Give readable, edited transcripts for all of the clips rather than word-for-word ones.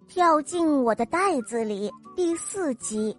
跳进我的袋子里第4集。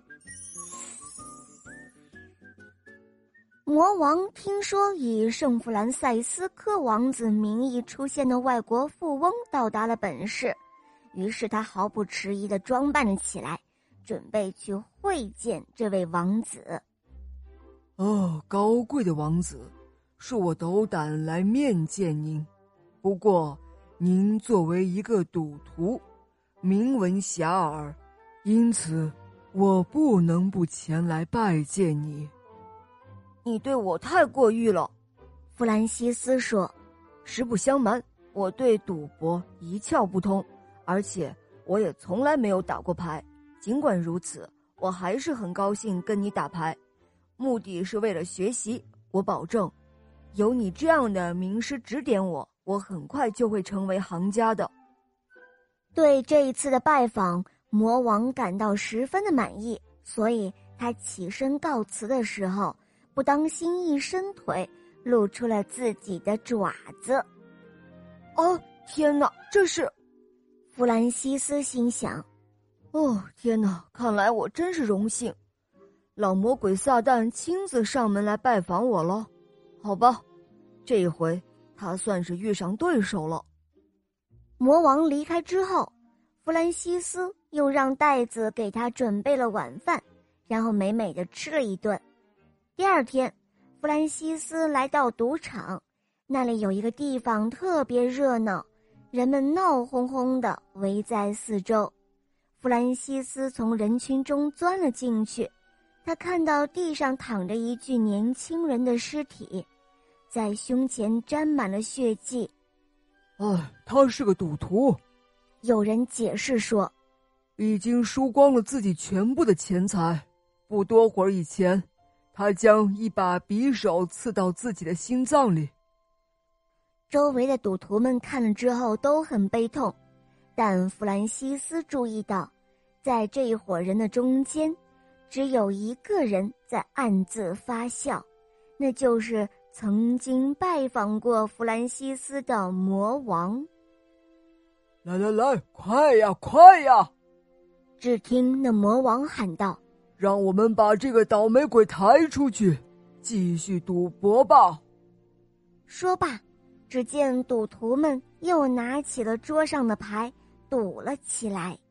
魔王听说以圣弗兰塞斯科王子名义出现的外国富翁到达了本市，于是他毫不迟疑地装扮了起来，准备去会见这位王子。 哦，高贵的王子，恕我斗胆来面见您。不过，您作为一个赌徒，名闻遐迩，因此我不能不前来拜见你。 你对我太过誉了， 弗兰西斯说。 实不相瞒，我对赌博一窍不通，而且我也从来没有打过牌。尽管如此，我还是很高兴跟你打牌，目的是为了学习。我保证，有你这样的名师指点我，我很快就会成为行家的。 对这一次的拜访，魔王感到十分的满意，所以他起身告辞的时候，不当心一伸腿，露出了自己的爪子。 哦，天哪，这是…… 弗兰西斯心想， 哦，天哪，看来我真是荣幸，老魔鬼撒旦亲自上门来拜访我了。好吧，这一回他算是遇上对手了。 魔王离开之后，弗兰西斯又让袋子给他准备了晚饭，然后美美的吃了一顿。第二天，弗兰西斯来到赌场，那里有一个地方特别热闹，人们闹哄哄的围在四周。弗兰西斯从人群中钻了进去，他看到地上躺着一具年轻人的尸体，在胸前沾满了血迹。 他是个赌徒， 有人解释说， 已经输光了自己全部的钱财，不多会儿以前，他将一把匕首刺到自己的心脏里。 周围的赌徒们看了之后都很悲痛，但弗兰西斯注意到，在这一伙人的中间，只有一个人在暗自发笑，那就是曾经拜访过弗兰西斯的魔王。 来，快呀快呀！ 只听那魔王喊道， 让我们把这个倒霉鬼抬出去，继续赌博吧。 说罢，只见赌徒们又拿起了桌上的牌，赌了起来。